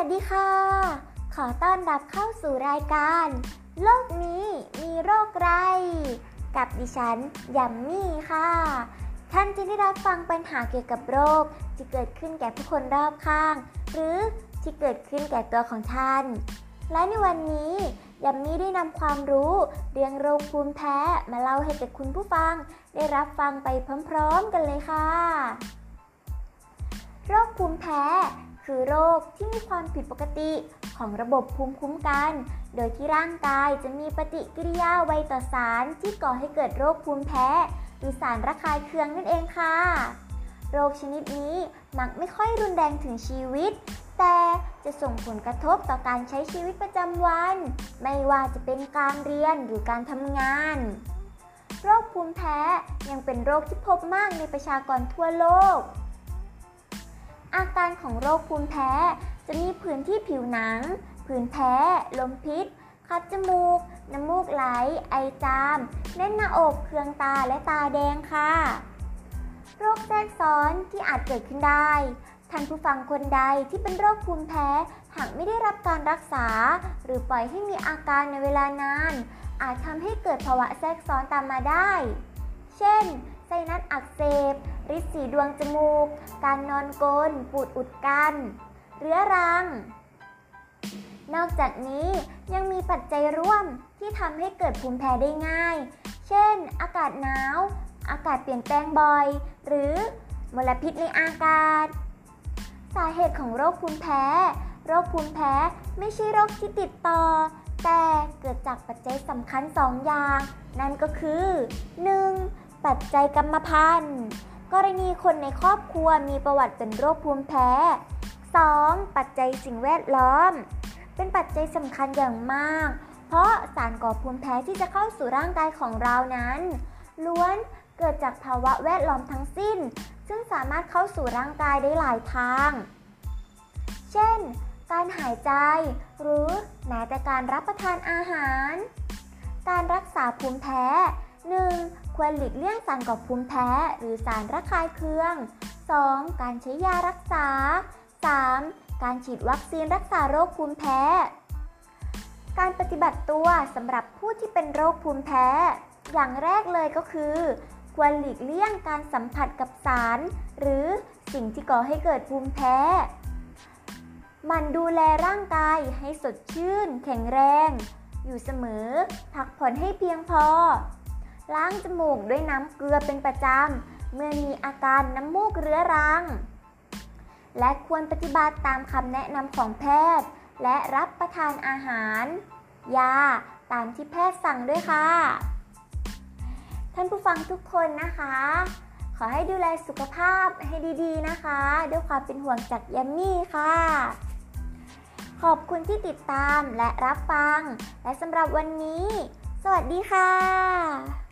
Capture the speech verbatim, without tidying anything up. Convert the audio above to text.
สดีค่ะขอต้อนรับเข้าสู่รายการโลกนี้มีโรคไรกับดิฉันยัมมี่ค่ะท่านจะได้รับฟังปัญหาเกี่ยวกับโรคที่เกิดขึ้นแก่ผู้คนรอบข้างหรือที่เกิดขึ้นแก่ตัวของท่านและในวันนี้ยัมมี่ได้นำความรู้เรื่องโรคภูมิแพ้มาเล่าให้กับคุณผู้ฟังได้รับฟังไปพร้อมๆกันเลยค่ะโรคภูมิแพ้คือโรคที่มีความผิดปกติของระบบภูมิคุ้มกันโดยที่ร่างกายจะมีปฏิกิริยาไวต่อสารที่ก่อให้เกิดโรคภูมิแพ้หรือสารระคายเคืองนั่นเองค่ะโรคชนิดนี้มักไม่ค่อยรุนแรงถึงชีวิตแต่จะส่งผลกระทบต่อการใช้ชีวิตประจำวันไม่ว่าจะเป็นการเรียนหรือการทำงานโรคภูมิแพ้ยังเป็นโรคที่พบมากในประชากรทั่วโลกอาการของโรคภูมิแพ้จะมีผื่นที่ผิวหนังผื่นแพ้ลมพิษคัดจมูกน้ำมูกไหลไอจามแน่นหน้าอกเคืองตาและตาแดงค่ะโรคแทรกซ้อนที่อาจเกิดขึ้นได้ท่านผู้ฟังคนใดที่เป็นโรคภูมิแพ้หากไม่ได้รับการรักษาหรือปล่อยให้มีอาการในเวลานานอาจทำให้เกิดภาวะแทรกซ้อนตามมาได้เช่นไซนัสอักเสบริดสีดวงจมูกการนอนกรนปูดอุดกันเรื้อรังนอกจากนี้ยังมีปัจจัยร่วมที่ทำให้เกิดภูมิแพ้ได้ง่ายเช่นอากาศหนาวอากาศเปลี่ยนแปลงบ่อยหรือมลพิษในอากาศสาเหตุของโรคภูมิแพ้โรคภูมิแพ้ไม่ใช่โรคที่ติดต่อแต่เกิดจากปัจจัยสำคัญสองอย่างนั่นก็คือ หนึ่งปัจจัยกรรมพันธุ์กรณีคนในครอบครัวมีประวัติเป็นโรคภูมิแพ้ สอง ปัจจัยสิ่งแวดล้อมเป็นปัจจัยสำคัญอย่างมากเพราะสารก่อภูมิแพ้ที่จะเข้าสู่ร่างกายของเรานั้นล้วนเกิดจากภาวะแวดล้อมทั้งสิ้นซึ่งสามารถเข้าสู่ร่างกายได้หลายทางเช่นการหายใจหรือแม้แต่การรับประทานอาหารการรักษาภูมิแพ้ หนึ่ง ควรหลีกเลี่ยงสารก่อภูมิแพ้หรือสารระคายเคือง สอง การใช้ยารักษา สาม การฉีดวัคซีนรักษาโรคภูมิแพ้การปฏิบัติตัวสำหรับผู้ที่เป็นโรคภูมิแพ้อย่างแรกเลยก็คือควรหลีกเลี่ยงการสัมผัสกับสารหรือสิ่งที่ก่อให้เกิดภูมิแพ้หมั่นดูแลร่างกายให้สดชื่นแข็งแรงอยู่เสมอพักผ่อนให้เพียงพอล้างจมูกด้วยน้ำเกลือเป็นประจำเมื่อมีอาการน้ำมูกเรื้อรังและควรปฏิบัติตามคำแนะนำของแพทย์และรับประทานอาหารยาตามที่แพทย์สั่งด้วยค่ะท่านผู้ฟังทุกคนนะคะขอให้ดูแลสุขภาพให้ดีๆนะคะด้วยความเป็นห่วงจากยัมมี่ค่ะขอบคุณที่ติดตามและรับฟังและสำหรับวันนี้สวัสดีค่ะ